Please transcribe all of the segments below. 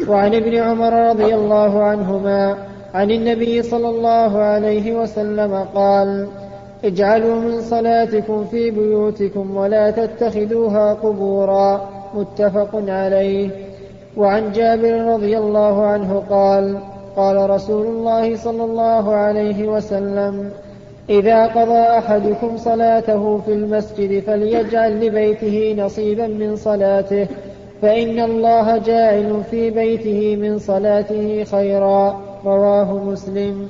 وعن ابن عمر رضي الله عنهما عن النبي صلى الله عليه وسلم قال: اجعلوا من صلاتكم في بيوتكم ولا تتخذوها قبورا. متفق عليه. وعن جابر رضي الله عنه قال: قال رسول الله صلى الله عليه وسلم: إذا قضى أحدكم صلاته في المسجد فليجعل لبيته نصيبا من صلاته، فإن الله جاعل في بيته من صلاته خيرا. رواه مسلم.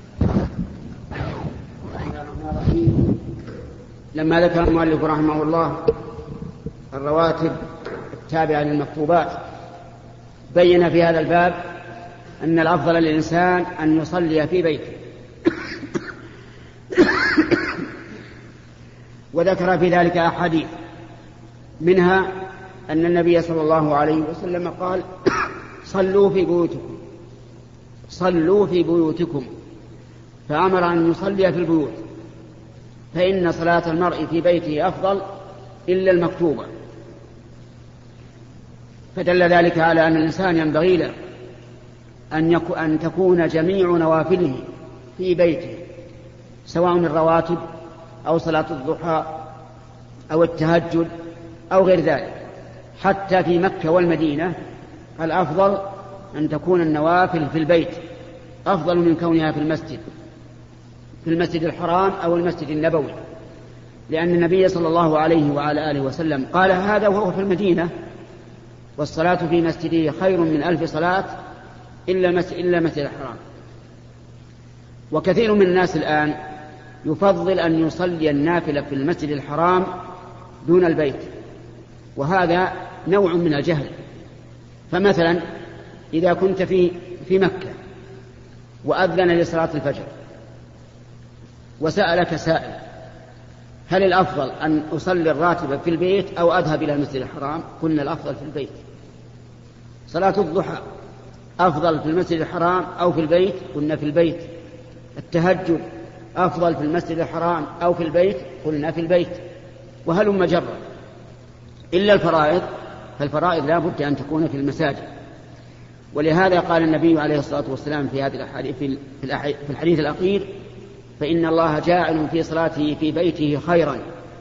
لما ذكر المؤلف رحمه الله الرواتب التابعة للمكتوبات، بين في هذا الباب أن الأفضل للإنسان أن يصلي في بيته، وذكر في ذلك أحاديث، منها أن النبي صلى الله عليه وسلم قال: صلوا في بيوتكم، فأمر أن يصلي في البيوت، فإن صلاة المرء في بيته أفضل إلا المكتوبة. فدل ذلك على أن الإنسان ينبغي له أن تكون جميع نوافله في بيته، سواء الرواتب أو صلاة الضحى أو التهجد أو غير ذلك. حتى في مكة والمدينة الأفضل أن تكون النوافل في البيت أفضل من كونها في المسجد الحرام أو المسجد النبوي، لأن النبي صلى الله عليه وعلى آله وسلم قال هذا وهو في المدينة: والصلاة في مسجده خير من 1000 صلاة إلا مسجد الحرام. وكثير من الناس الآن يفضل أن يصلي النافلة في المسجد الحرام دون البيت، وهذا نوع من الجهل. فمثلا إذا كنت في مكة وأذن لصلاة الفجر وسألك سائل: هل الأفضل أن أصلي الراتبة في البيت أو أذهب إلى المسجد الحرام؟ قلنا الأفضل في البيت. صلاة الضحى أفضل في المسجد الحرام أو في البيت؟ قلنا في البيت. التهجد أفضل في المسجد الحرام أو في البيت؟ قلنا في البيت. وهلم جرا. إلا الفرائض، فالفرائض لا بد أن تكون في المساجد. ولهذا قال النبي عليه الصلاة والسلام في هذه الحديث في الحديث الأخير: فإن الله جاعل في صلاته في بيته خيرا،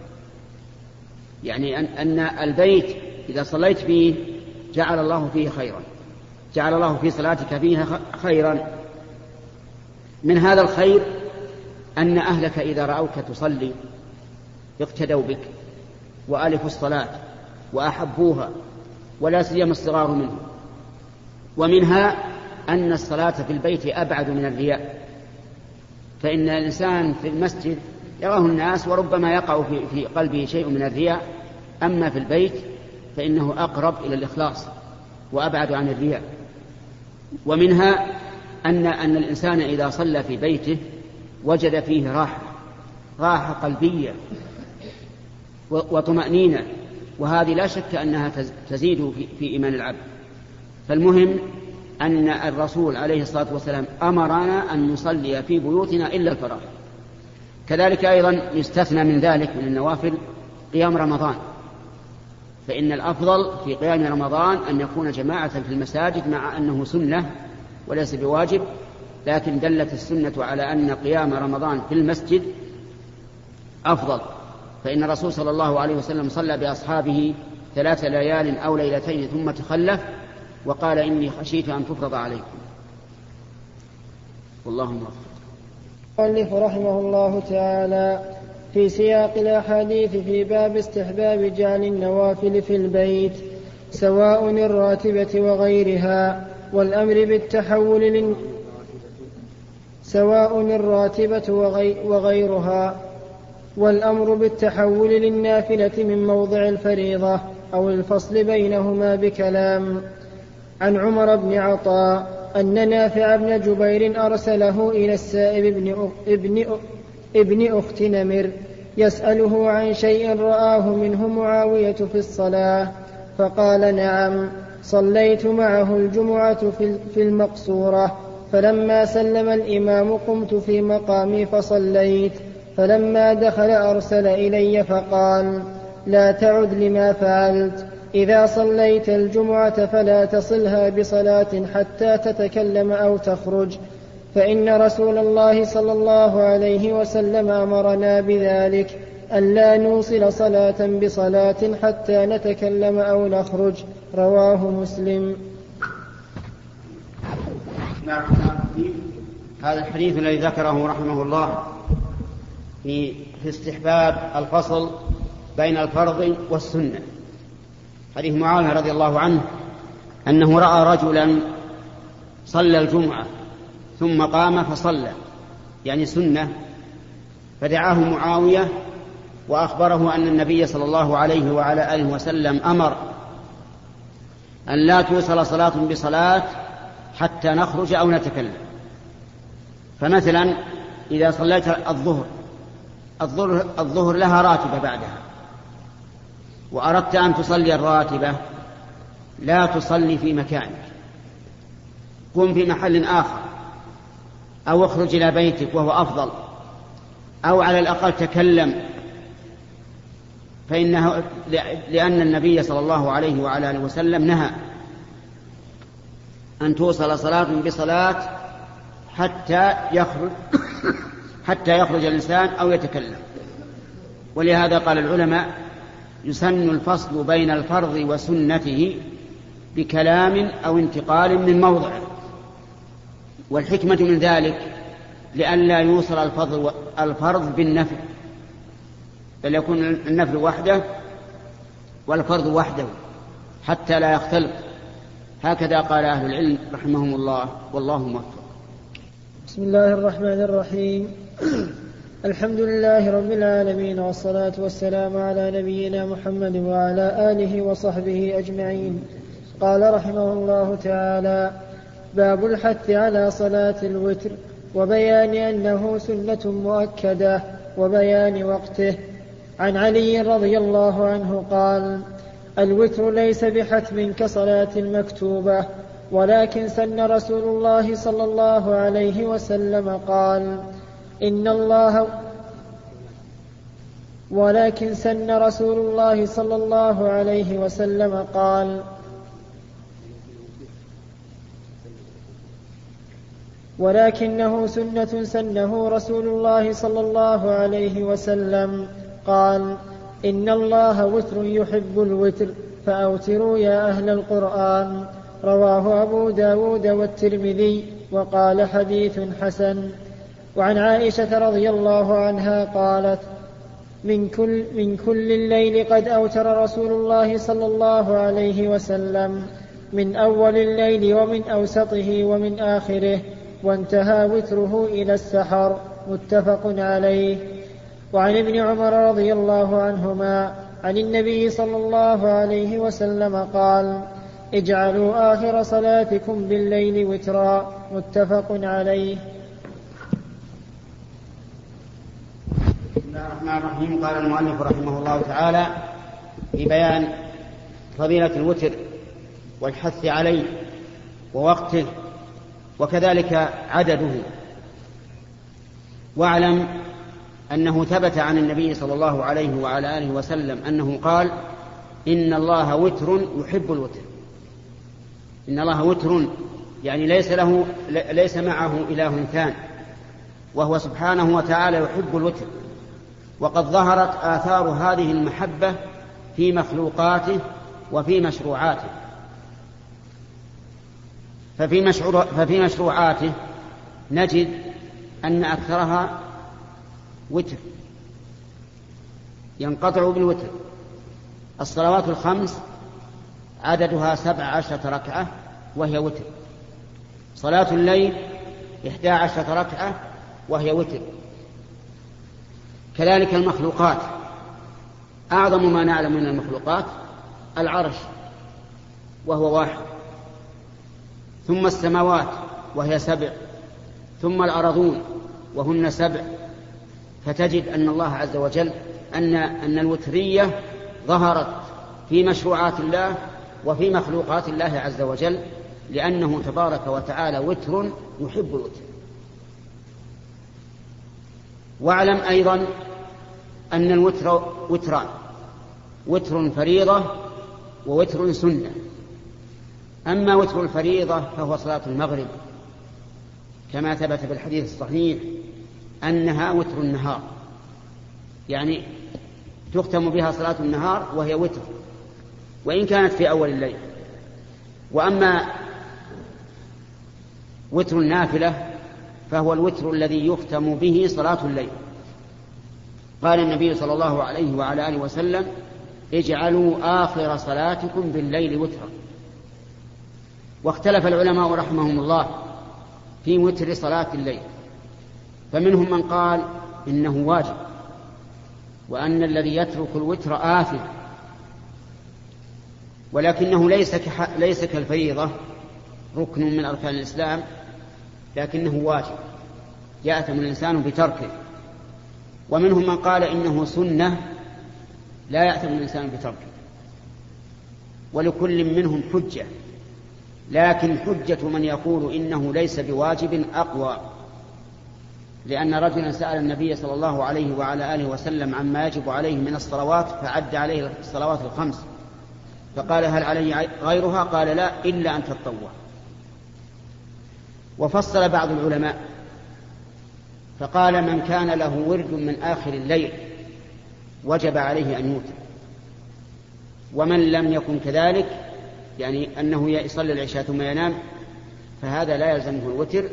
يعني أن البيت إذا صليت فيه جعل الله فيه خيرا، جعل الله في صلاتك فيها خيرا. من هذا الخير أن أهلك إذا رأوك تصلي اقتدوا بك وألفوا الصلاة وأحبوها، ولا سيما الصغار منهم. ومنها أن الصلاة في البيت أبعد من الرياء، فإن الإنسان في المسجد يراه الناس وربما يقع في قلبه شيء من الرياء، أما في البيت فإنه أقرب إلى الإخلاص وأبعد عن الرياء. ومنها أن الإنسان إذا صلى في بيته وجد فيه راحة قلبية وطمأنينة، وهذه لا شك أنها تزيد في إيمان العبد. فالمهم أن الرسول عليه الصلاة والسلام أمرنا أن نصلي في بيوتنا إلا الفرائض. كذلك أيضا يستثنى من ذلك من النوافل قيام رمضان، فإن الأفضل في قيام رمضان أن يكون جماعة في المساجد، مع أنه سنة وليس بواجب، لكن دلت السنة على أن قيام رمضان في المسجد أفضل. فإن الرسول صلى الله عليه وسلم صلى بأصحابه 3 ليال أو ليلتين ثم تخلف وقال: إني خشيت أن تفرض عليكم. والله موفق. المؤلف رحمه الله تعالى في سياق الأحاديث في باب استحباب جعل النوافل في البيت سواء الراتبة وغيرها، والأمر بالتحول سواء الراتبة وغيرها، والأمر بالتحول للنافلة من موضع الفريضة أو الفصل بينهما بكلام. عن عمر بن عطاء أن نافع بن جبير أرسله إلى السائب ابن أخت نمر يسأله عن شيء رآه منه معاوية في الصلاة، فقال: نعم، صليت معه الجمعة في المقصورة، فلما سلم الإمام قمت في مقامي فصليت، فلما دخل أرسل إلي فقال: لا تعد لما فعلت، إذا صليت الجمعة فلا تصلها بصلاة حتى تتكلم أو تخرج، فإن رسول الله صلى الله عليه وسلم أمرنا بذلك، ألا نوصل صلاة بصلاة حتى نتكلم أو نخرج. رواه مسلم. هذا الحديث الذي ذكره رحمه الله في استحباب الفصل بين الفرض والسنة. حديث معاوية رضي الله عنه أنه رأى رجلا صلى الجمعة ثم قام فصلى، يعني سنة، فدعاه معاوية وأخبره أن النبي صلى الله عليه وعلى آله وسلم أمر أن لا توصل صلاة بصلاة حتى نخرج أو نتكلم. فمثلا إذا صليت الظهر لها راتبة بعدها، وأردت أن تصلي الراتبة، لا تصلي في مكانك، قم في محل آخر، أو اخرج إلى بيتك وهو أفضل، أو على الأقل تكلم، لأن النبي صلى الله عليه وعلى آله وسلم نهى أن توصل صلاة بصلاة حتى يخرج الإنسان أو يتكلم. ولهذا قال العلماء: يسن الفصل بين الفرض وسنته بكلام أو انتقال من موضعه. والحكمة من ذلك لئلا يوصل الفرض بالنفل، بل يكون النفل وحده والفرض وحده حتى لا يختلط. هكذا قال أهل العلم رحمهم الله، والله موفق. بسم الله الرحمن الرحيم. الحمد لله رب العالمين، والصلاة والسلام على نبينا محمد وعلى آله وصحبه أجمعين. قال رحمه الله تعالى: باب الحث على صلاة الوتر، وبيان أنه سنة مؤكدة، وبيان وقته. عن علي رضي الله عنه قال: الوتر ليس بحتم كصلاة المكتوبة، ولكن سن رسول الله صلى الله عليه وسلم قال: ولكن سن رسول الله صلى الله عليه وسلم قال: ولكنه سنة سنه رسول الله صلى الله عليه وسلم قال: إن الله وتر يحب الوتر، فأوتروا يا أهل القرآن. رواه أبو داود والترمذي، وقال: حديث حسن. وعن عائشة رضي الله عنها قالت: من كل الليل قد أوتر رسول الله صلى الله عليه وسلم، من أول الليل ومن أوسطه ومن آخره، وانتهى وتره إلى السحر. متفق عليه. وعن ابن عمر رضي الله عنهما عن النبي صلى الله عليه وسلم قال: اجعلوا آخر صلاتكم بالليل وترا. متفق عليه. بسم الله الرحمن الرحيم. قال المؤلف رحمه الله تعالى في بيان فضيلة الوتر والحث عليه ووقته، وكذلك عدده. واعلم أنه ثبت عن النبي صلى الله عليه وعلى آله وسلم أنه قال: إن الله وتر يحب الوتر. إن الله وتر، يعني ليس معه إله ثاني، وهو سبحانه وتعالى يحب الوتر. وقد ظهرت آثار هذه المحبة في مخلوقاته وفي مشروعاته. ففي مشروعاته نجد أن أكثرها وتر، ينقطع بالوتر. الصلوات الخمس عددها 17 ركعة وهي وتر. صلاة الليل 11 ركعة وهي وتر. كذلك المخلوقات، أعظم ما نعلم من المخلوقات العرش وهو 1، ثم السماوات وهي 7، ثم الأرضون وهن 7. فتجد أن الله عز وجل أن الوترية ظهرت في مشروعات الله وفي مخلوقات الله عز وجل، لأنه تبارك وتعالى وتر يحب الوتر. واعلم أيضا أن الوتر وتران: وتر فريضة ووتر سنة. أما وتر الفريضة فهو صلاة المغرب، كما ثبت بالحديث الصحيح أنها وتر النهار، يعني تختم بها صلاة النهار وهي وتر، وإن كانت في أول الليل. وأما وتر النافلة فهو الوتر الذي يختم به صلاة الليل. قال النبي صلى الله عليه وعلى آله وسلم: اجعلوا آخر صلاتكم بالليل وترا. واختلف العلماء رحمهم الله في وتر صلاة الليل، فمنهم من قال إنه واجب، وأن الذي يترك الوتر آثم، ولكنه ليس كالفريضة ركن من أركان الإسلام، لكنه واجب يأثم الإنسان بتركه. ومنهم من قال إنه سنة لا يأثم الإنسان بتركه، ولكل منهم حجة، لكن حجة من يقول إنه ليس بواجب أقوى، لأن رجلا سأل النبي صلى الله عليه وعلى آله وسلم عما يجب عليه من الصلوات، فعد عليه الصلوات الخمس، فقال: هل علي غيرها؟ قال: لا، إلا أن تتطوع. وفصل بعض العلماء فقال: من كان له ورد من آخر الليل وجب عليه أن يوتر، ومن لم يكن كذلك، يعني أنه يصلي العشاء ثم ينام، فهذا لا يلزمه الوتر.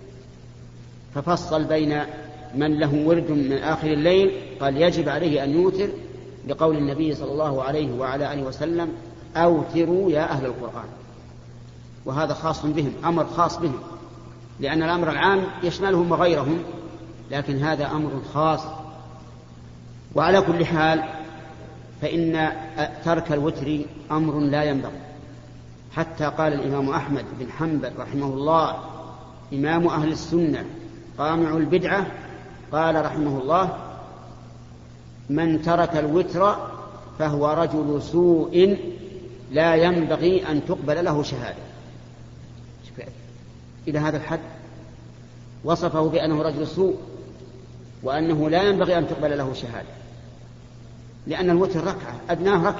ففصل بين من له ورد من آخر الليل قال يجب عليه أن يوتر، لقول النبي صلى الله عليه وعلى آله وسلم: أوتروا يا أهل القرآن. وهذا خاص بهم، أمر خاص بهم، لأن الأمر العام يشملهم وغيرهم، لكن هذا أمر خاص. وعلى كل حال فإن ترك الوتر أمر لا ينبغي، حتى قال الإمام أحمد بن حنبل رحمه الله إمام أهل السنة قامع البدعة، قال رحمه الله: من ترك الوتر فهو رجل سوء لا ينبغي أن تقبل له شهادة. إلى هذا الحد وصفه بأنه رجل سوء، وأنه لا ينبغي أن تقبل له شهادة، لأن الوتر ركعة، أدناه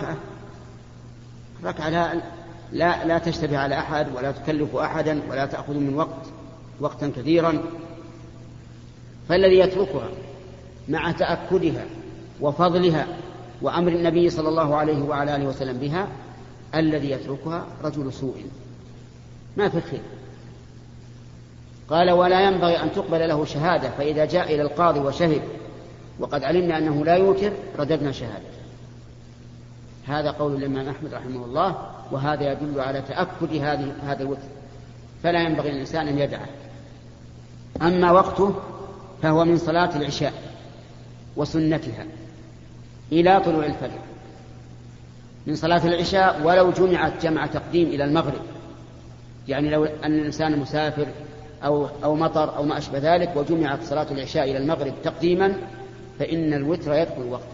ركعة لا تشتبه على أحد ولا تكلف أحدا ولا تأخذ من وقتا كثيرا. فالذي يتركها مع تأكدها وفضلها وأمر النبي صلى الله عليه وعلى آله وسلم بها، الذي يتركها رجل سوء ما في خير. قال: ولا ينبغي أن تقبل له شهادة، فإذا جاء إلى القاضي وشهد وقد علمنا أنه لا يوتر رددنا شهادة. هذا قول الإمام أحمد رحمه الله، وهذا يدل على تأكد هذا الوتر، فلا ينبغي للإنسان أن يدعه. أما وقته فهو من صلاة العشاء وسنتها إلى طلوع الفجر. من صلاة العشاء ولو جمعت جمع تقديم إلى المغرب، يعني لو أن الإنسان مسافر أو مطر أو ما أشبه ذلك وجمعت صلاة العشاء إلى المغرب تقديما، فإن الوتر يدخل وقته،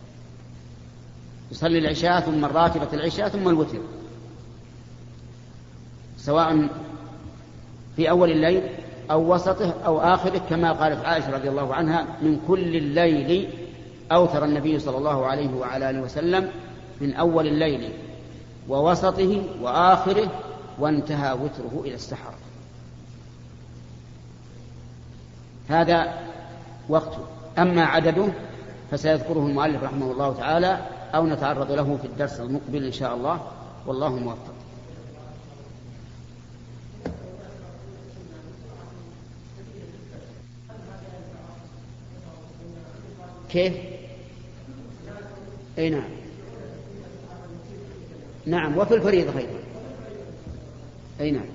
يصلي العشاء ثم الراتبة العشاء ثم الوتر، سواء في أول الليل أو وسطه أو آخره، كما قالت عائشة رضي الله عنها: من كل الليل أوتر النبي صلى الله عليه وعلى آله وسلم، من أول الليل ووسطه وآخره، وانتهى وتره إلى السحر. هذا وقته. أما عدده فسيذكره المؤلف رحمه الله تعالى، أو نتعرض له في الدرس المقبل إن شاء الله، والله موفق. كيف؟ أي نعم، نعم، وفي الفريضة أيضا. أي نعم.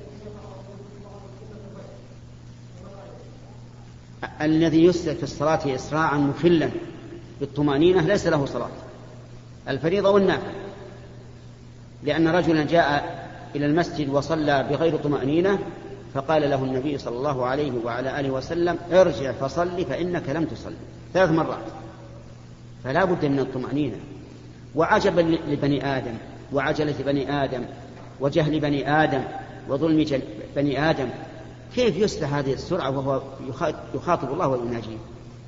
الذي يسرع في الصلاة إسراعا مخلا بالطمأنينة ليس له صلاة، الفريضة والنافلة. لأن رجلا جاء إلى المسجد وصلى بغير طمأنينة، فقال له النبي صلى الله عليه وعلى آله وسلم: ارجع فصل فإنك لم تصل 3 مرات. فلا بد من الطمأنينة. وعجبا لبني آدم وعجلة بني آدم وجهل بني آدم وظلم بني آدم، كيف يسرع هذه السرعة وهو يخاطب الله ويناجيه؟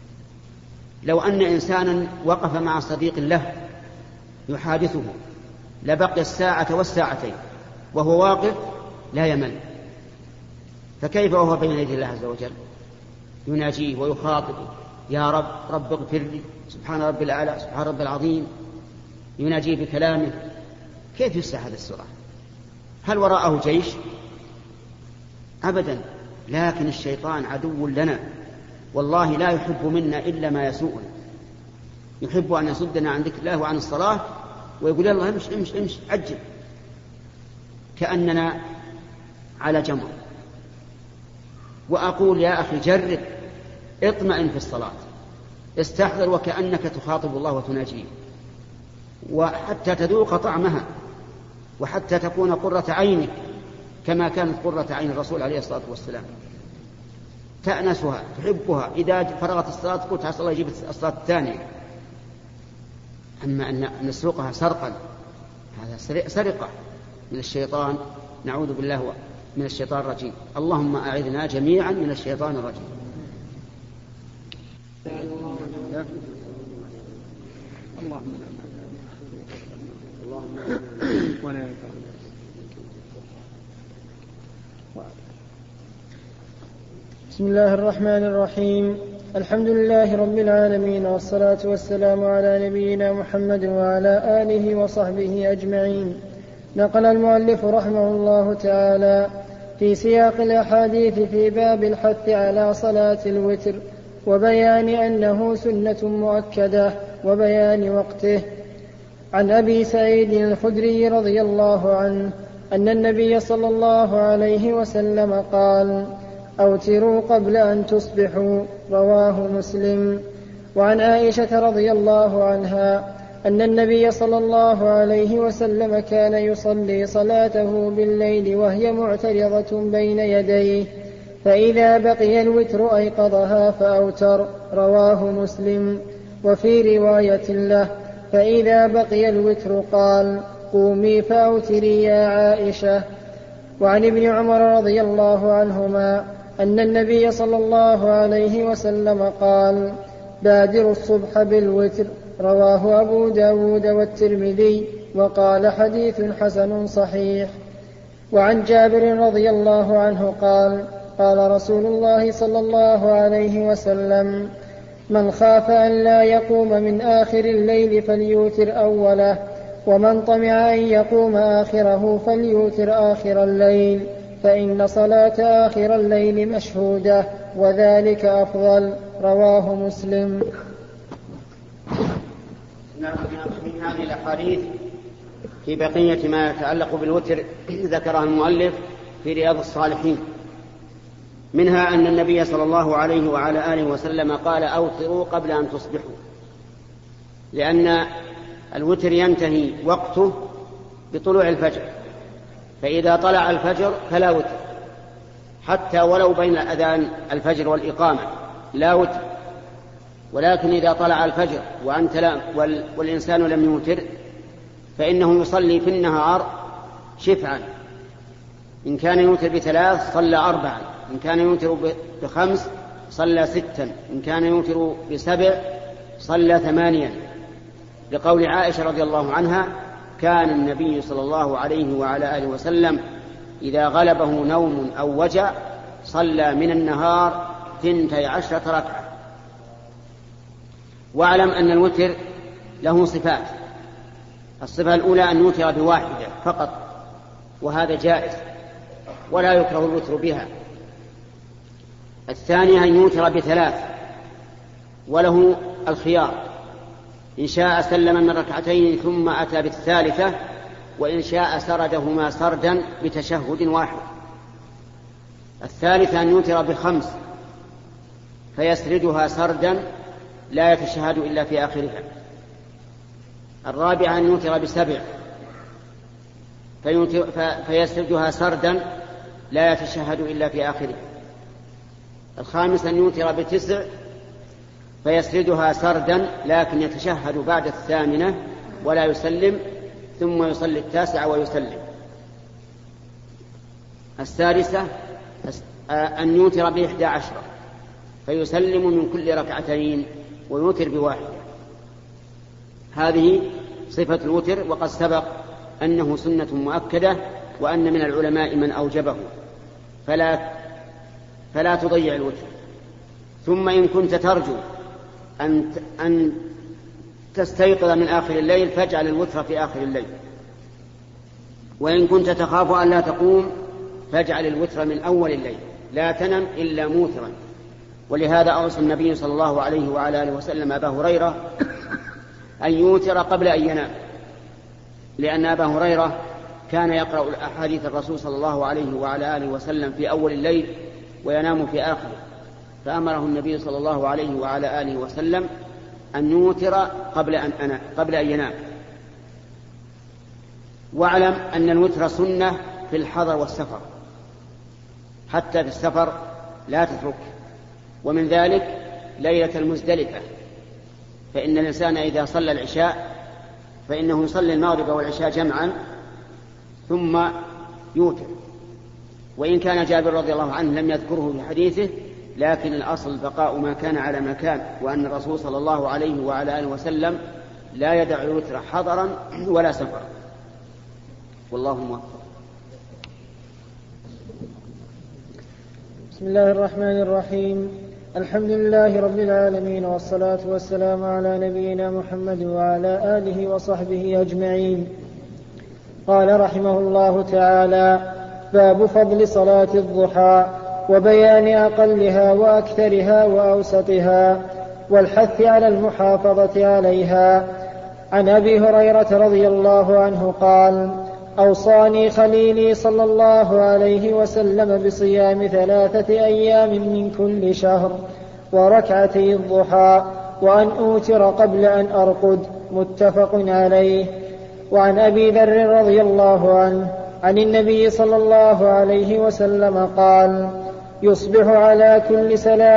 لو أن إنسانا وقف مع صديق له يحادثه لبقي الساعة والساعتين وهو واقف لا يمل، فكيف وهو بين يدي الله عز وجل يناجيه ويخاطبه: يا رب، رب اغفر لي، سبحان رب الأعلى، سبحان رب العظيم، يناجيه بكلامه. كيف يسع هذا السرعة؟ هل وراءه جيش؟ أبدا. لكن الشيطان عدو لنا، والله لا يحب منا إلا ما يسوءنا. يحب أن يصدنا عن ذكر الله وعن الصلاة، ويقول: يلا امش امش امش عجل، كأننا على جمر. وأقول: يا أخي جرب، اطمئن في الصلاة، استحضر وكأنك تخاطب الله وتناجيه، وحتى تذوق طعمها، وحتى تكون قرة عينك كما كانت قرة عين الرسول عليه الصلاة والسلام، تأنسها تحبها. إذا فرغت الصلاة قلت: عسى الله يجيب الصلاة الثانية. أما أن نسرقها سرقا، هذا سرقة من الشيطان، نعوذ بالله من الشيطان الرجيم. اللهم أعذنا جميعا من الشيطان الرجيم. بسم الله الرحمن الرحيم. الحمد لله رب العالمين، والصلاة والسلام على نبينا محمد وعلى آله وصحبه أجمعين. نقل المؤلف رحمه الله تعالى في سياق الأحاديث في باب الحث على صلاة الوتر وبيان أنه سنة مؤكدة وبيان وقته، عن أبي سعيد الخدري رضي الله عنه أن النبي صلى الله عليه وسلم قال: أوتروا قبل أن تصبحوا، رواه مسلم. وعن عائشة رضي الله عنها أن النبي صلى الله عليه وسلم كان يصلي صلاته بالليل وهي معترضة بين يديه، فإذا بقي الوتر أيقظها فأوتر، رواه مسلم. وفي رواية له: فإذا بقي الوتر قال: قومي فأوتري يا عائشة. وعن ابن عمر رضي الله عنهما أن النبي صلى الله عليه وسلم قال: بادروا الصبح بالوتر، رواه أبو داود والترمذي، وقال: حديث حسن صحيح. وعن جابر رضي الله عنه قال: قال رسول الله صلى الله عليه وسلم: من خاف أن لا يقوم من آخر الليل فليوتر أوله، ومن طمع أن يقوم آخره فليوتر آخر الليل، فإن صلاة آخر الليل مشهودة وذلك أفضل، رواه مسلم. من هذه الأحاديث في بقية ما يتعلق بالوتر ذكرها المؤلف في رياض الصالحين، منها أن النبي صلى الله عليه وعلى آله وسلم قال: أوتروا قبل أن تصبحوا، لأن الوتر ينتهي وقته بطلوع الفجر، فإذا طلع الفجر فلا وتر، حتى ولو بين أذان الفجر والإقامة لا وتر. ولكن إذا طلع الفجر وأنت والإنسان لم يوتر فإنه يصلي في النهار شفعا، إن كان يوتر ب3 صلى 4، إن كان يوتر ب5 صلى 6، إن كان يوتر ب7 صلى 8، لقول عائشة رضي الله عنها: كان النبي صلى الله عليه وعلى آله وسلم إذا غلبه نوم أو وجع صلى من النهار 12 ركعة. واعلم أن الوتر له صفات. الصفة الأولى أن يوتر بواحدة فقط، وهذا جائز ولا يكره الوتر بها. الثانية أن يوتر ب3، وله الخيار، إن شاء سلم من ركعتين ثم أتى بالثالثة، وإن شاء سردهما سردا بتشهد واحد. الثالثة أن يوتر ب5 فيسردها سردا لا يتشهد إلا في آخرها. الرابعة أن يوتر ب7 فيسردها سردا لا يتشهد إلا في آخرها. الخامسة أن يوتر ب9 فيسردها سردا لكن يتشهد بعد 8 ولا يسلم، ثم يصلي 9 ويسلم. السادسة أن يوتر ب11 فيسلم من كل ركعتين ويوتر ب1. هذه صفة الوتر، وقد سبق أنه سنة مؤكدة، وأن من العلماء من أوجبه، فلا تضيع الوتر. ثم إن كنت ترجو أن تستيقظ من آخر الليل فاجعل الوتر في آخر الليل، وإن كنت تخاف أن لا تقوم فاجعل الوتر من أول الليل، لا تنم إلا موترا. ولهذا أوصى النبي صلى الله عليه وعلى آله وسلم أبا هريرة أن يوتر قبل أن ينام، لأن أبا هريرة كان يقرأ أحاديث الرسول صلى الله عليه وعلى آله وسلم في أول الليل وينام في آخره، فأمره النبي صلى الله عليه وعلى آله وسلم أن يوتر قبل أن ينام. واعلم أن الوتر سنة في الحضر والسفر، حتى في السفر لا تترك. ومن ذلك ليلة المزدلفة، فإن الإنسان إذا صلى العشاء فإنه يصلي المغرب والعشاء جمعا ثم يوتر. وإن كان جابر رضي الله عنه لم يذكره في حديثه، لكن الأصل بقاء ما كان على ما كان، وأن الرسول صلى الله عليه وعلى آله وسلم لا يدع الوتر حضرا ولا سفرا، والله موفق. بسم الله الرحمن الرحيم. الحمد لله رب العالمين، والصلاة والسلام على نبينا محمد وعلى آله وصحبه أجمعين. قال رحمه الله تعالى: باب فضل صلاة الضحى وبيان أقلها وأكثرها وأوسطها والحث على المحافظة عليها. عن أبي هريرة رضي الله عنه قال: أوصاني خليلي صلى الله عليه وسلم بصيام 3 أيام من كل شهر وركعتي الضحى وأن أوتر قبل أن أرقد، متفق عليه. وعن أبي ذر رضي الله عنه عن النبي صلى الله عليه وسلم قال: يصبح على كل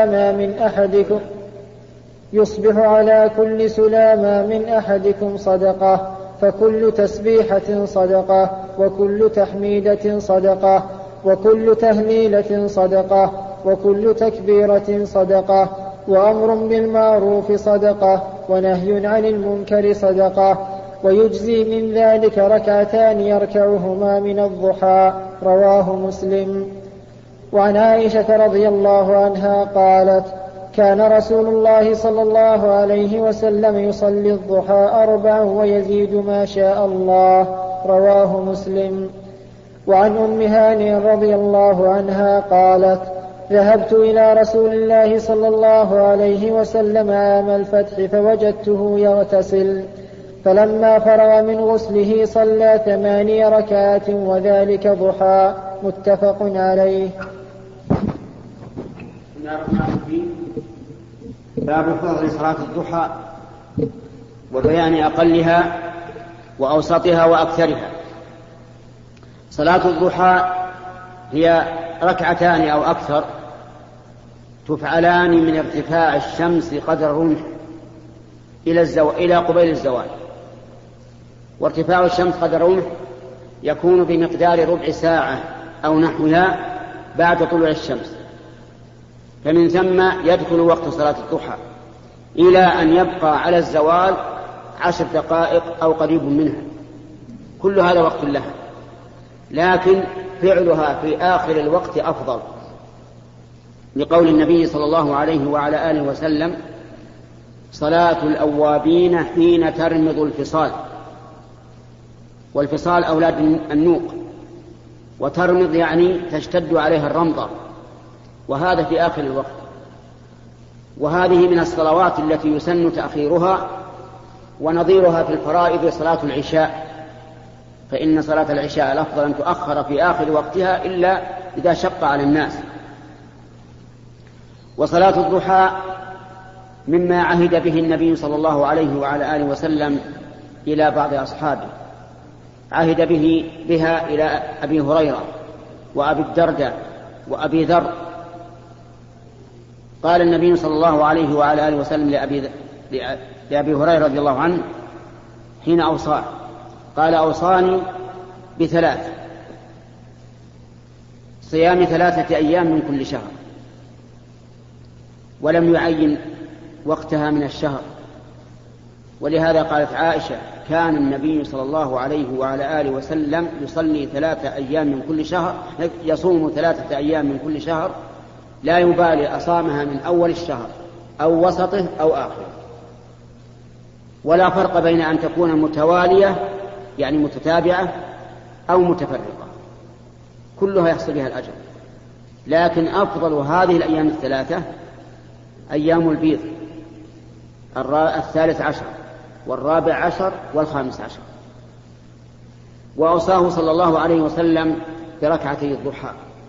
سلامة من أحدكم صدقة، فكل تسبيحة صدقة، وكل تحميدة صدقة، وكل تهليلة صدقة، وكل تكبيرة صدقة، وأمر بالمعروف صدقة، ونهي عن المنكر صدقة، ويجزي من ذلك 2 يركعهما من الضحى. رواه مسلم. وعن عائشة رضي الله عنها قالت: كان رسول الله صلى الله عليه وسلم يصلي الضحى 4 ويزيد ما شاء الله. رواه مسلم. وعن أم هانئ رضي الله عنها قالت: ذهبت إلى رسول الله صلى الله عليه وسلم عام الفتح فوجدته يغتسل، فلما فرغ من غسله صلى 8 ركعات وذلك ضحى، متفق عليه. باب فضل صلاة الضحى وبيان أقلها وأوسطها وأكثرها. صلاة الضحى هي 2 أو أكثر تفعلان من ارتفاع الشمس قدر الرمح إلى قبيل الزوال. وارتفاع الشمس قدر الرمح يكون بمقدار ربع ساعة أو نحوها بعد طلوع الشمس، فمن ثم يدخل وقت صلاة الضحى إلى أن يبقى على الزوال 10 دقائق أو قريب منها، كل هذا وقت لها، لكن فعلها في آخر الوقت أفضل، لقول النبي صلى الله عليه وعلى آله وسلم: صلاة الأوابين حين ترمض الفصال. والفصال أولاد النوق، وترمض يعني تشتد عليها الرمضة، وهذا في آخر الوقت. وهذه من الصلوات التي يسن تأخيرها، ونظيرها في الفرائض صلاة العشاء، فإن صلاة العشاء الأفضل أن تؤخر في آخر وقتها إلا إذا شق على الناس. وصلاة الضحى مما عهد به النبي صلى الله عليه وعلى آله وسلم إلى بعض أصحابه، عهد بها إلى أبي هريرة وأبي الدرداء وأبي ذر. قال النبي صلى الله عليه وعلى آله وسلم لأبي هريرة رضي الله عنه حين أوصاه، قال: أوصاني ب3: صيام 3 أيام من كل شهر، ولم يعين وقتها من الشهر. ولهذا قالت عائشة كان النبي صلى الله عليه وعلى آله وسلم يصلي 3 أيام من كل شهر، يصوم 3 أيام من كل شهر، لا يبالي أصامها من أول الشهر أو وسطه أو آخره، ولا فرق بين أن تكون متوالية يعني متتابعة أو متفرقة، كلها يحصل بها الأجر. لكن أفضل هذه الأيام 3 أيام البيض، 13 و14 و15. وأوصاه صلى الله عليه وسلم بركعتي الضحى،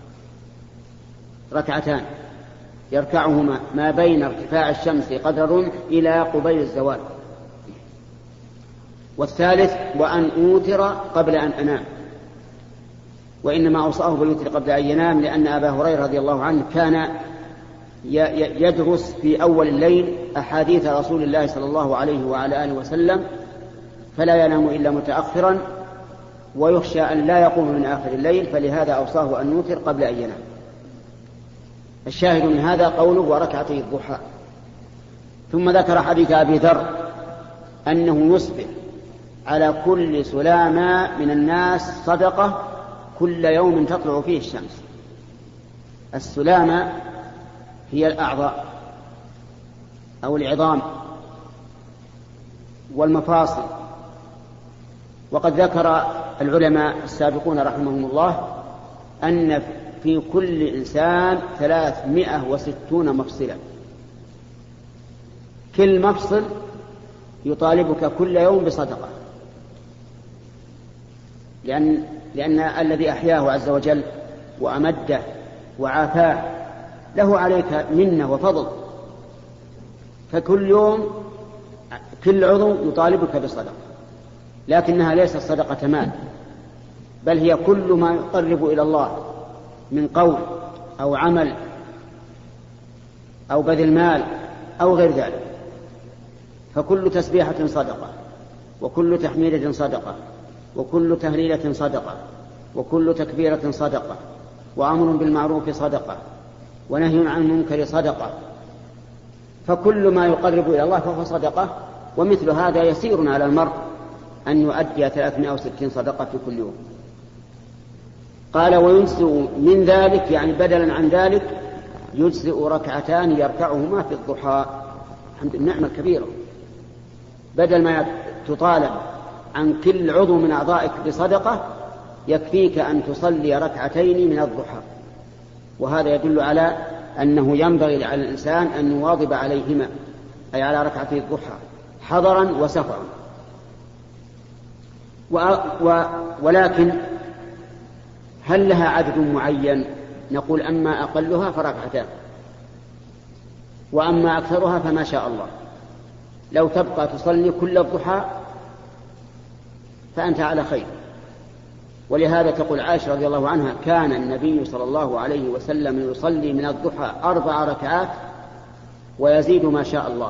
2 يركعهما ما بين ارتفاع الشمس قدر الرمح إلى قبيل الزوال. والثالث وأن أوتر قبل أن أنام، وإنما أوصاه بالوتر قبل أن ينام لأن أبا هريرة رضي الله عنه كان يدرس في أول الليل أحاديث رسول الله صلى الله عليه وعلى آله وسلم، فلا ينام إلا متأخرا، ويخشى أن لا يقوم من آخر الليل، فلهذا أوصاه أن يوتر قبل أن ينام. الشاهد من هذا قوله وركعتي الضحى. ثم ذكر حديث أبي ذر أنه يصبح على كل سلامة من الناس صدقة كل يوم تطلع فيه الشمس. السلامة هي الأعضاء أو العظام والمفاصل. وقد ذكر العلماء السابقون رحمهم الله أن في كل إنسان 360 مفصلا، كل مفصل يطالبك كل يوم بصدقة، لأن الذي أحياه عز وجل وأمده وعافاه له عليك منة وفضل، فكل يوم كل عضو يطالبك بصدقة، لكنها ليست صدقة مال، بل هي كل ما يقرب إلى الله من قول أو عمل أو بذل مال أو غير ذلك. فكل تسبيحة صدقة، وكل تحميدة صدقة، وكل تهليلة صدقة، وكل تكبيرة صدقة، وأمر بالمعروف صدقة، ونهي عن المنكر صدقة. فكل ما يقرب إلى الله فهو صدقة، ومثل هذا يسير على المرء أن يؤدي 360 صدقة في كل يوم. قال ويجزئ من ذلك يعني بدلا عن ذلك يجزئ 2 يركعهما في الضحى. الحمد لله النعمة الكبيرة، بدل ما تطالب عن كل عضو من أعضائك بصدقة يكفيك أن تصلي 2 من الضحى. وهذا يدل على أنه ينبغي على الإنسان أن يواظب عليهما، أي على 2 الضحى حضرا وسفرا. ولكن هل لها عدد معين؟ نقول أما أقلها ف2، وأما أكثرها فما شاء الله. لو تبقى تصلي كل الضحى فأنت على خير. ولهذا تقول عائشة رضي الله عنها كان النبي صلى الله عليه وسلم يصلي من الضحى 4 ركعات ويزيد ما شاء الله،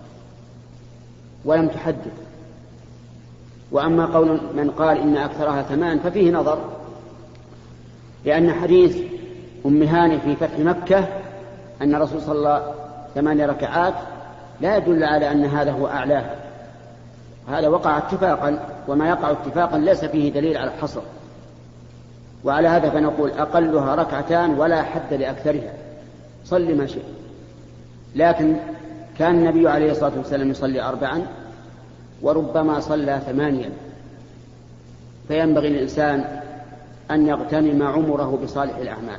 ولم تحدد. وأما قول من قال إن أكثرها 8 ففيه نظر، لأن حديث أم هاني في فتح مكة أن الرسول صلى 8 ركعات لا يدل على أن هذا هو أعلاه، هذا وقع اتفاقا، وما يقع اتفاقا ليس فيه دليل على الحصر. وعلى هذا فنقول أقلها 2 ولا حد لأكثرها، صل ما شئت. لكن كان النبي عليه الصلاة والسلام يصلي 4 وربما صلى 8، فينبغي للإنسان أن يغتنم عمره بصالح الأعمال،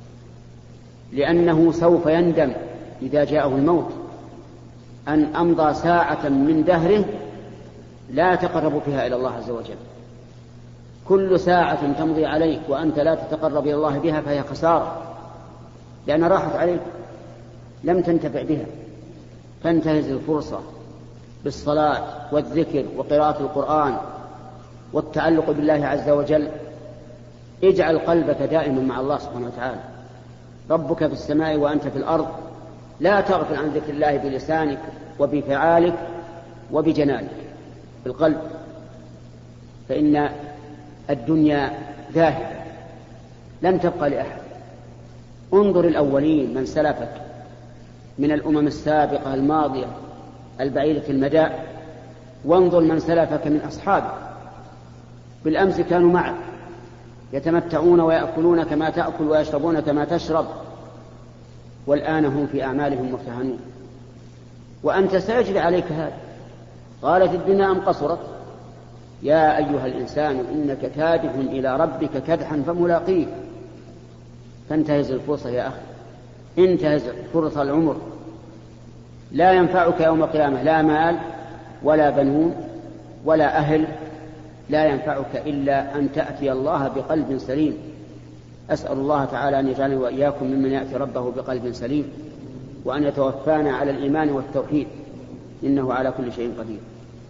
لأنه سوف يندم إذا جاءه الموت أن أمضى ساعة من دهره لا تقرب فيها إلى الله عز وجل. كل ساعة تمضي عليك وأنت لا تتقرب إلى الله بها فهي خسارة، لأن راحت عليك لم تنتفع بها. فانتهز الفرصة بالصلاة والذكر وقراءة القرآن والتعلق بالله عز وجل. اجعل قلبك دائما مع الله سبحانه وتعالى، ربك في السماء وأنت في الأرض، لا تغفل عن ذكر الله بلسانك وبفعالك وبجنانك بالقلب، فإن الدنيا ذاهبة لن تبقى لأحد. انظر الأولين من سلفك من الأمم السابقة الماضية البعيدة المدى، وانظر من سلفك من أصحابك، بالأمس كانوا معك يتمتعون ويأكلون كما تأكل ويشربون كما تشرب، والآن هم في أعمالهم مرتهنون، وأنت سيجري عليك هذا. قالت الدنيا أم قصرت؟ يا أيها الإنسان إنك كادح إلى ربك كدحا فملاقيه. فانتهز الفرصة يا أخي، انتهز فرصة العمر، لا ينفعك يوم القيامة لا مال ولا بنون ولا أهل، لا ينفعك إلا أن تأتي الله بقلب سليم. أسأل الله تعالى أن يجعلني وإياكم ممن يأتي ربه بقلب سليم، وأن يتوفانا على الإيمان والتوحيد، إنه على كل شيء قدير.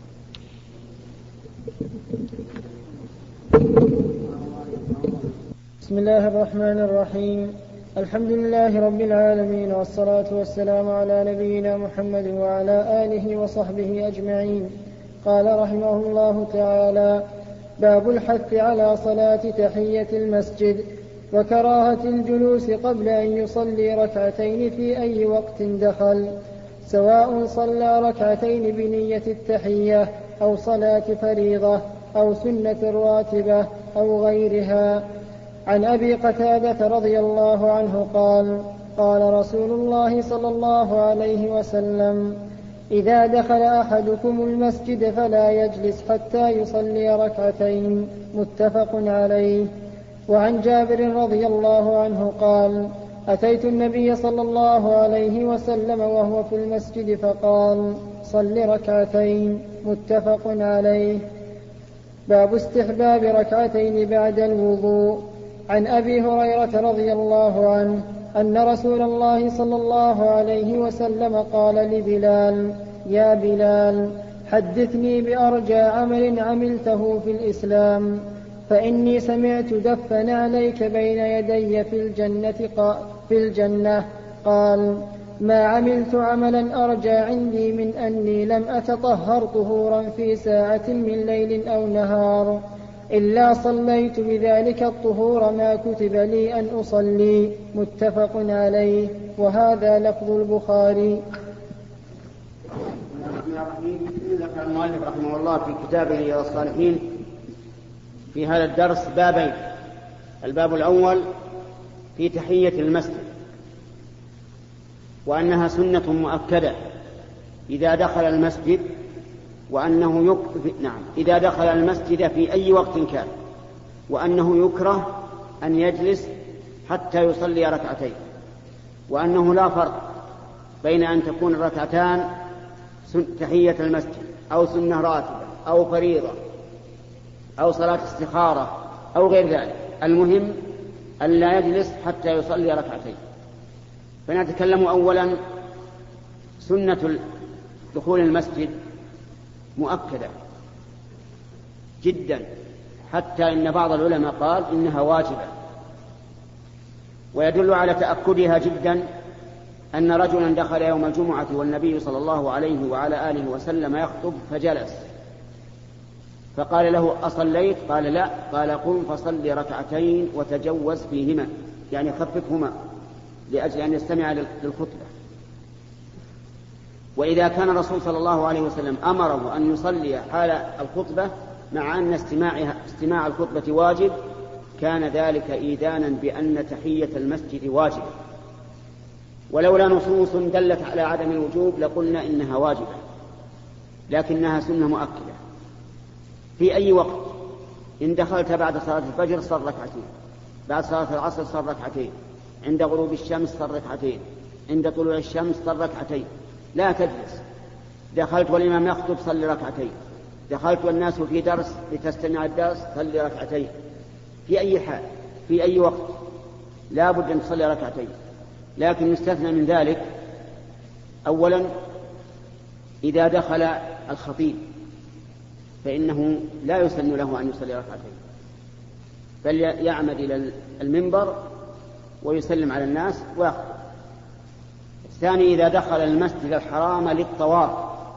بسم الله الرحمن الرحيم. الحمد لله رب العالمين، والصلاة والسلام على نبينا محمد وعلى آله وصحبه أجمعين. قال رحمه الله تعالى: باب الحث على صلاة تحية المسجد وكراهة الجلوس قبل أن يصلي ركعتين في أي وقت دخل، سواء صلى ركعتين بنية التحية أو صلاة فريضة أو سنة راتبة أو غيرها. عن أبي قتادة رضي الله عنه قال: قال رسول الله صلى الله عليه وسلم: إذا دخل أحدكم المسجد فلا يجلس حتى يصلي ركعتين. متفق عليه. وعن جابر رضي الله عنه قال: أتيت النبي صلى الله عليه وسلم وهو في المسجد فقال: صل ركعتين. متفق عليه. باب استحباب ركعتين بعد الوضوء. عن أبي هريرة رضي الله عنه أن رسول الله صلى الله عليه وسلم قال لبلال: يا بلال، حدثني بأرجى عمل عملته في الإسلام، فإني سمعت دفا عليك بين يدي في الجنة. قال: ما عملت عملا أرجى عندي من أني لم أتطهر طهورا في ساعة من ليل أو نهار إلا صليت بذلك الطهور ما كتب لي أن أصلي. متفق عليه. وهذا لفظ البخاري. ذكر المؤلف رحمه الله في كتابه رياض الصالحين في هذا الدرس بابين: الباب الأول في تحية المسجد، وأنها سنة مؤكدة إذا دخل المسجد، وأنه إذا دخل المسجد في أي وقت كان، وأنه يكره أن يجلس حتى يصلي ركعتين، وأنه لا فرق بين أن تكون الركعتان تحية المسجد أو سنة راتبة أو فريضة أو صلاة استخارة أو غير ذلك، المهم أن لا يجلس حتى يصلي ركعتين. فنتكلم أولا سنة دخول المسجد مؤكدة جدا، حتى إن بعض العلماء قال إنها واجبة. ويدل على تأكدها جدا أن رجلا دخل يوم الجمعة والنبي صلى الله عليه وعلى آله وسلم يخطب فجلس، فقال له: أصليت؟ قال: لا. قال: قم فصل ركعتين وتجوز فيهما، يعني خففهما لأجل أن يستمع للخطبة. وإذا كان الرسول صلى الله عليه وسلم أمره أن يصلي حال الخطبة مع أن استماع الخطبة واجب، كان ذلك إيذانا بأن تحية المسجد واجبة. ولولا نصوص دلت على عدم الوجوب لقلنا إنها واجبة، لكنها سنة مؤكدة في أي وقت. إن دخلت بعد صلاة الفجر صل ركعتين، بعد صلاة العصر صل ركعتين، عند غروب الشمس صل ركعتين، عند طلوع الشمس صل ركعتين، لا تجلس. دخلت والإمام يخطب صل ركعتين، دخلت والناس في درس لتستمع الدرس صل ركعتين. في أي حال في أي وقت لا بد أن تصلي ركعتين، لكن يستثنى من ذلك: أولا إذا دخل الخطيب فإنه لا يسن له أن يصلي ركعتين، بل يعمد إلى المنبر ويسلم على الناس ويخطب. الثاني إذا دخل المسجد الحرام للطواف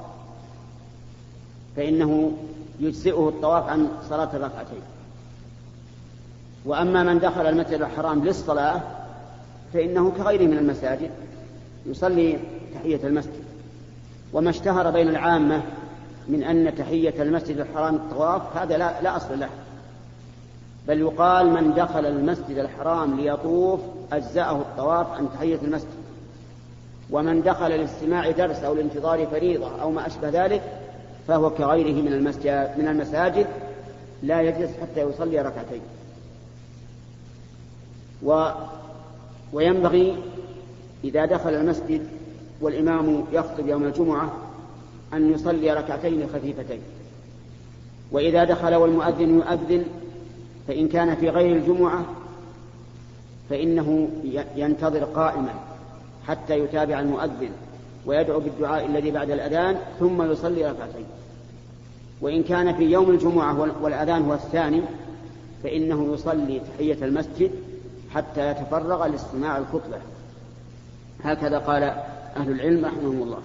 فإنه يجزئه الطواف عن صلاة الركعتين. وأما من دخل المسجد الحرام للصلاة فإنه كغيره من المساجد يصلي تحية المسجد. وما اشتهر بين العامة من أن تحية المسجد الحرام الطواف، هذا لا أصل له، بل يقال من دخل المسجد الحرام ليطوف أجزأه الطواف عن تحية المسجد، ومن دخل لاستماع درس أو لانتظار فريضة أو ما أشبه ذلك فهو كغيره من المساجد لا يجلس حتى يصلي ركعتين. وينبغي إذا دخل المسجد والإمام يخطب يوم الجمعة أن يصلي ركعتين خفيفتين، وإذا دخل والمؤذن يؤذن فإن كان في غير الجمعة فإنه ينتظر قائما حتى يتابع المؤذن ويدعو بالدعاء الذي بعد الأذان ثم يصلي ركعتين. وإن كان في يوم الجمعة والأذان هو الثاني فإنه يصلي تحية المسجد حتى يتفرغ لاستماع الخطبة. هكذا قال أهل العلم رحمهم الله.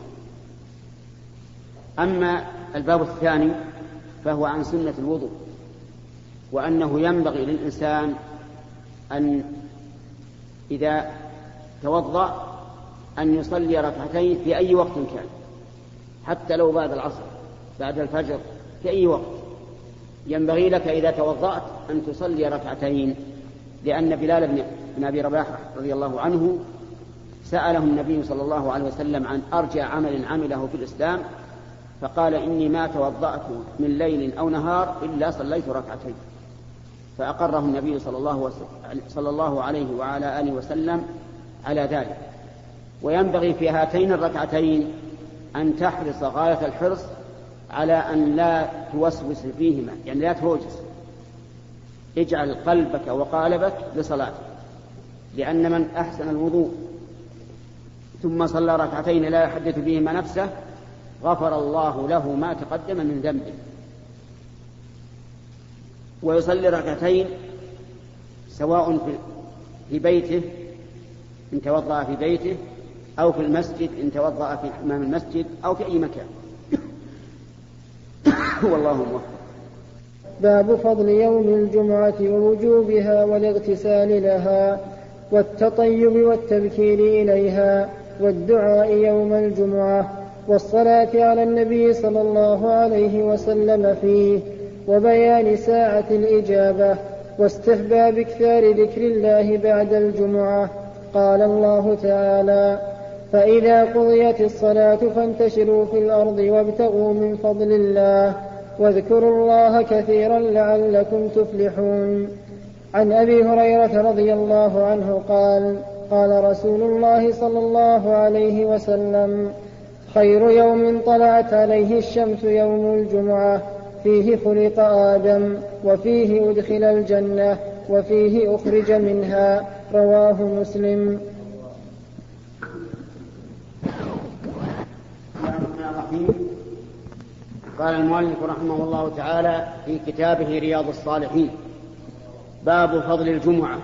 أما الباب الثاني فهو عن سنة الوضوء، وأنه ينبغي للإنسان أن إذا توضأ أن يصلي ركعتين في أي وقت كان، حتى لو بعد العصر بعد الفجر في أي وقت ينبغي لك إذا توضأت أن تصلي ركعتين، لأن بلال بن أبي رباح رضي الله عنه سأله النبي صلى الله عليه وسلم عن أرجى عمل عمله في الإسلام فقال إني ما توضأت من ليل أو نهار إلا صليت ركعتين، فأقره النبي صلى الله عليه وعلى آله وسلم على ذلك. وينبغي في هاتين الركعتين أن تحرص غاية الحرص على أن لا توسوس فيهما، يعني لا توجس، اجعل قلبك وقالبك لصلاتك، لأن من أحسن الوضوء ثم صلى ركعتين لا يحدث بهما نفسه غفر الله له ما تقدم من ذنبه. ويصلي ركعتين سواء في بيته إن توضأ في بيته أو في المسجد إن توضأ في حمام المسجد أو في أي مكان. والله موفق. باب فضل يوم الجمعة ووجوبها والاغتسال لها والتطيب والتبكير إليها والدعاء يوم الجمعة والصلاة على النبي صلى الله عليه وسلم فيه وبيان ساعة الإجابة واستحباب كثار ذكر الله بعد الجمعة. قال الله تعالى: فإذا قضيت الصلاة فانتشروا في الأرض وابتغوا من فضل الله واذكروا الله كثيرا لعلكم تفلحون. عن أبي هريرة رضي الله عنه قال: قال رسول الله صلى الله عليه وسلم: خير يوم طلعت عليه الشمس يوم الجمعة، فيه خلق آدم وفيه أدخل الجنة وفيه أخرج منها. رواه مسلم. قال المؤلف رحمه الله تعالى في كتابه رياض الصالحين: باب فضل الجمعة،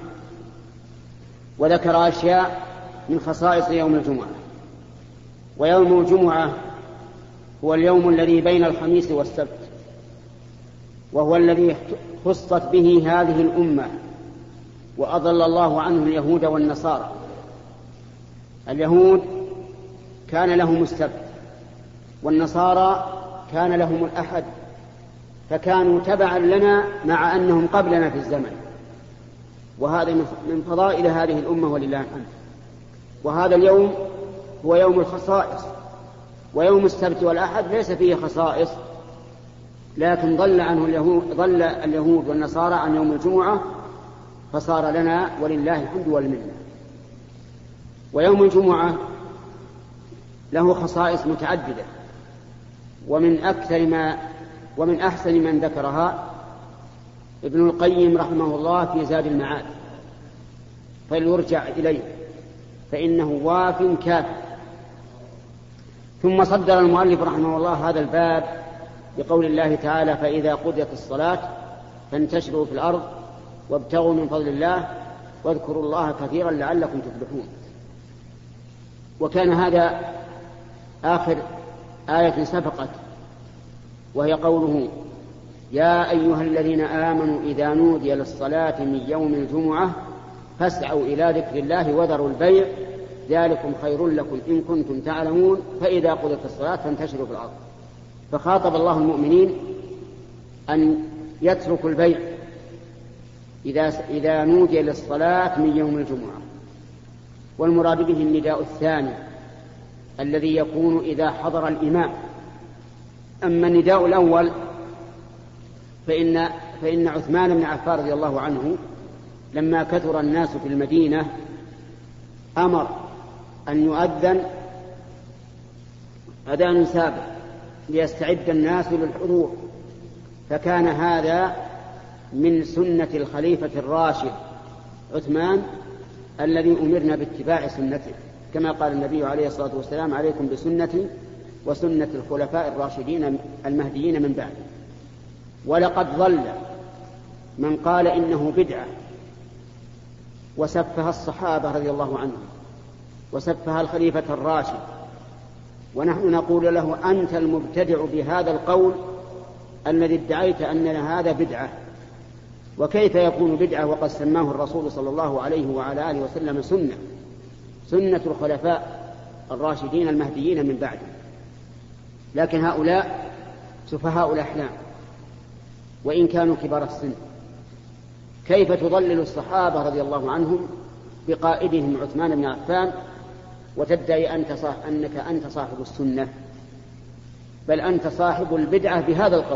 وذكر أشياء من خصائص يوم الجمعة. ويوم الجمعة هو اليوم الذي بين الخميس والسبت، وهو الذي خصت به هذه الأمة وأضل الله عنه اليهود والنصارى. اليهود كان لهم السبت والنصارى كان لهم الأحد، فكانوا تبعا لنا مع أنهم قبلنا في الزمن، وهذا من فضائل هذه الأمة ولله الحمد. وهذا اليوم هو يوم الخصائص، ويوم السبت والأحد ليس فيه خصائص، لكن ضل اليهود والنصارى عن يوم الجمعة فصار لنا ولله الحمد والمنة. ويوم الجمعة له خصائص متعددة، ومن أحسن من ذكرها ابن القيم رحمه الله في زاد المعاد، فليرجع إليه فإنه واف كاف. ثم صدر المؤلف رحمه الله هذا الباب بقول الله تعالى: فإذا قضيت الصلاة فانتشروا في الأرض وابتغوا من فضل الله واذكروا الله كثيرا لعلكم تفلحون. وكان هذا آخر آية سبقت، وهي قوله: يا أيها الذين آمنوا إذا نودي للصلاة من يوم الجمعة فاسعوا إلى ذكر الله وذروا البيع ذلكم خير لكم إن كنتم تعلمون فإذا قضيت الصلاة فانتشروا في الأرض. فخاطب الله المؤمنين أن يتركوا البيع إذا نودي للصلاة من يوم الجمعة، والمراد به النداء الثاني الذي يكون إذا حضر الإمام. أما النداء الأول فإن عثمان بن عفان رضي الله عنه لما كثر الناس في المدينة أمر أن يؤذن أذان سابق ليستعد الناس للحضور، فكان هذا من سنة الخليفة الراشد عثمان الذي أمرنا باتباع سنته، كما قال النبي عليه الصلاة والسلام: عليكم بسنتي وسنة الخلفاء الراشدين المهديين من بعد. ولقد ظل من قال إنه بدعة وسفها الصحابة رضي الله عنهم وسفها الخليفة الراشد، ونحن نقول له: أنت المبتدع بهذا القول الذي ادعيت أن هذا بدعة. وكيف يكون بدعة وقد سماه الرسول صلى الله عليه وعلى آله وسلم سنة الخلفاء الراشدين المهديين من بعده؟ لكن هؤلاء سفهاء الأحلام وإن كانوا كبار السن. كيف تضلل الصحابة رضي الله عنهم بقائدهم عثمان بن عفان وتدعي أنك أنت صاحب السنة؟ بل أنت صاحب البدعة بهذا القول.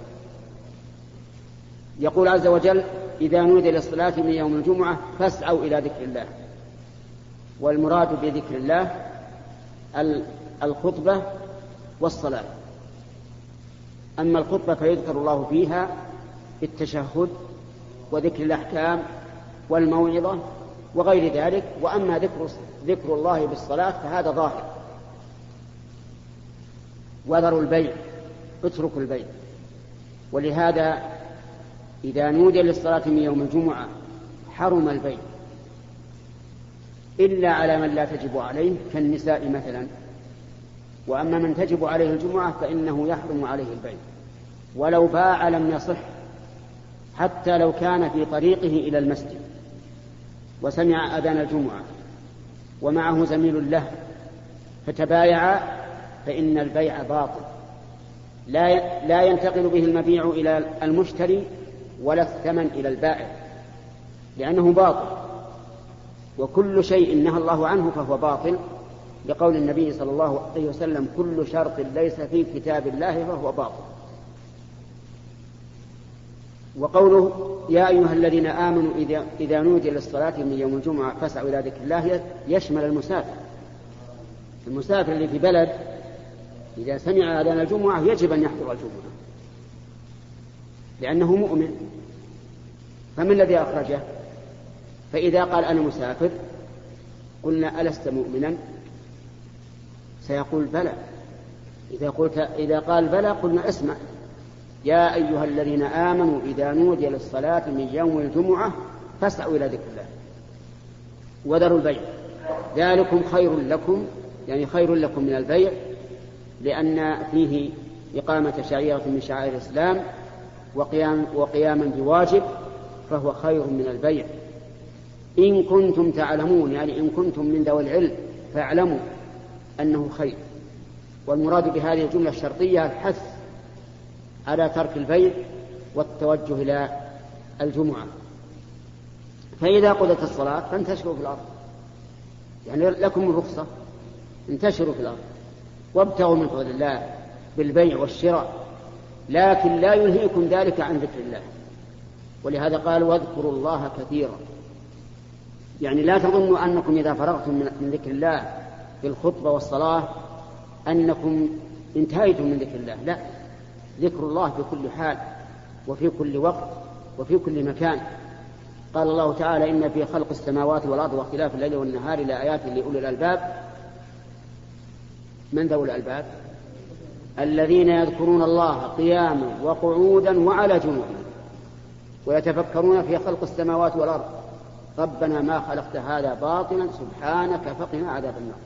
يقول عز وجل: إذا نودي للصلاة من يوم الجمعة فاسعوا إلى ذكر الله. والمراد بذكر الله الخطبة والصلاة. أما الخطبة فيذكر الله فيها في التشهد وذكر الأحكام والموعظة وغير ذلك، وأما ذكر الله بالصلاة فهذا ظاهر. وذروا البيع، اتركوا البيع. ولهذا إذا نودي للصلاة من يوم الجمعة حرم البيع إلا على من لا تجب عليه كالنساء مثلا. وأما من تجب عليه الجمعة فإنه يحرم عليه البيع، ولو باع لم يصح، حتى لو كان في طريقه إلى المسجد وسمع أذان الجمعة ومعه زميل له فتبايع فإن البيع باطل، لا ينتقل به المبيع إلى المشتري ولا الثمن إلى البائع، لأنه باطل. وكل شيء نهى الله عنه فهو باطل، لقول النبي صلى الله عليه وسلم: كل شرط ليس في كتاب الله فهو باطل. وقوله: يا أيها الذين آمنوا إذا نودي للصلاة من يوم الجمعة فاسعوا إلى ذكر الله يشمل المسافر اللي في بلد إذا سمع أذان الجمعة يجب أن يحضر الجمعة لأنه مؤمن. فمن الذي أخرجه؟ فإذا قال أنا مسافر قلنا: ألست مؤمنا؟ سيقول: بلى. إذا قال بلى قلنا: اسمع، يا أيها الذين آمنوا إذا نودي للصلاة من يوم الجمعة فاسعوا إلى ذكر الله وذروا البيع ذلكم خير لكم، يعني خير لكم من البيع، لأن فيه إقامة شعيرة من شعائر الإسلام وقياما بواجب، فهو خير من البيع. إن كنتم تعلمون، يعني إن كنتم من ذوي العلم فاعلموا أنه خير. والمراد بهذه الجملة الشرطية الحث على ترك البيع والتوجه إلى الجمعة. فإذا قضت الصلاة فانتشروا في الأرض، يعني لكم الرخصة، انتشروا في الأرض وابتغوا من فضل الله بالبيع والشراء، لكن لا يلهيكم ذلك عن ذكر الله. ولهذا قال: واذكروا الله كثيرا. يعني لا تظنوا أنكم إذا فرغتم من ذكر الله في الخطبة والصلاة أنكم انتهيتم من ذكر الله، لا، ذكر الله في كل حال وفي كل وقت وفي كل مكان. قال الله تعالى: إن في خلق السماوات والأرض واختلاف الليل والنهار لآيات لأولي الألباب. من ذوي الألباب؟ الذين يذكرون الله قياما وقعودا وعلى جنوبهم ويتفكرون في خلق السماوات والأرض ربنا ما خلقت هذا باطلا سبحانك فقنا عذاب النار.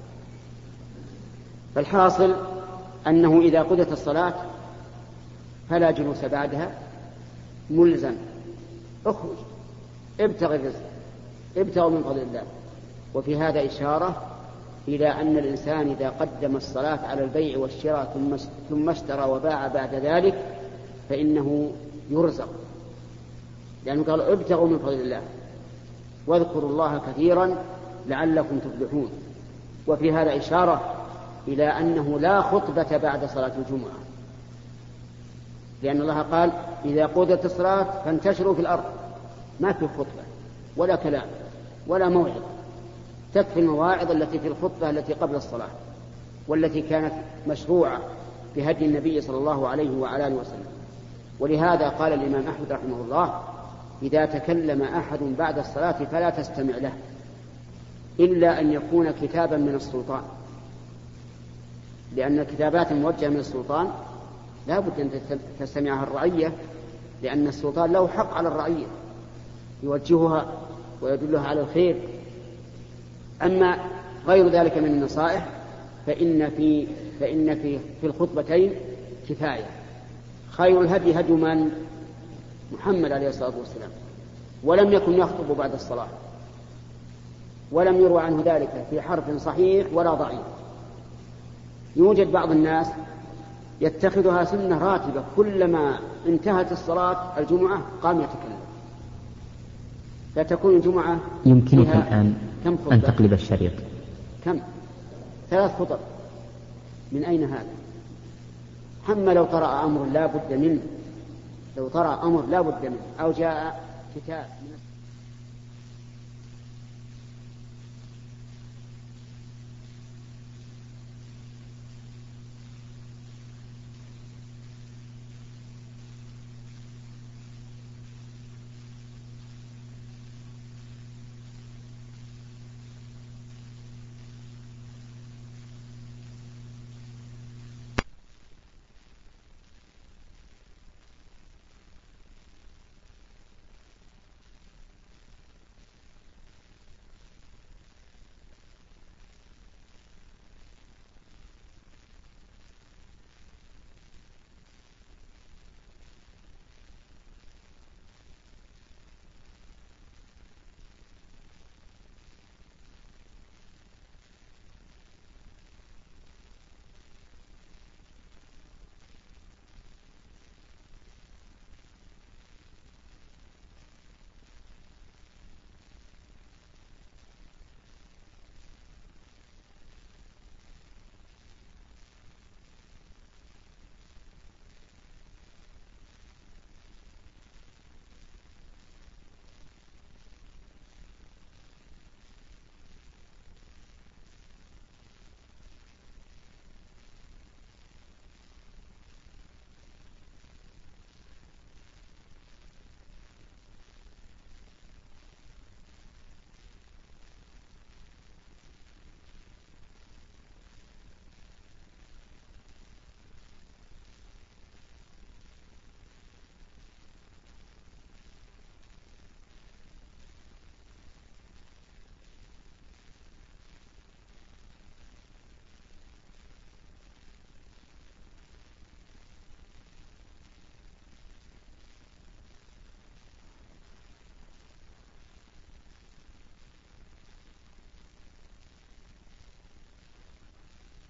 فالحاصل أنه إذا قضت الصلاة فلا جلوس بعدها، ملزم، اخرج، ابتغ الرزق، ابتغ من فضل الله. وفي هذا إشارة إلى أن الإنسان إذا قدم الصلاة على البيع والشراء ثم اشترى وباع بعد ذلك فإنه يرزق، لأنه قال ابتغوا من فضل الله واذكروا الله كثيرا لعلكم تفلحون. وفي هذا إشارة إلى أنه لا خطبة بعد صلاة الجمعة، لأن الله قال إذا قضت الصلاة فانتشروا في الأرض، ما في خطبة ولا كلام ولا موعظة، تكفي المواعظ التي في الخطبة التي قبل الصلاة والتي كانت مشروعة بهدي النبي صلى الله عليه وعلى آله وسلم. ولهذا قال الإمام أحمد رحمه الله إذا تكلم أحد بعد الصلاة فلا تستمع له إلا أن يكون كتابا من السلطان، لأن الكتابات الموجهة من السلطان لا بد أن تستمعها الرعية، لأن السلطان له حق على الرعية يوجهها ويدلها على الخير. أما غير ذلك من النصائح فإن في الخطبتين كفاية. خير الهدي هدي من؟ محمد عليه الصلاة والسلام، ولم يكن يخطب بعد الصلاة، ولم يروى عنه ذلك في حرف صحيح ولا ضعيف. يوجد بعض الناس يتخذها سنة راتبة، كلما انتهت الصلاة الجمعة قام يتكلم، فتكون الجمعة يمكنك الآن أن تقلب الشريط. كم؟ 3 خطب. من أين هذا؟ أما لو طرأ أمر لا بد منه، لو طرأ أمر لا بد منه أو جاء كتاب من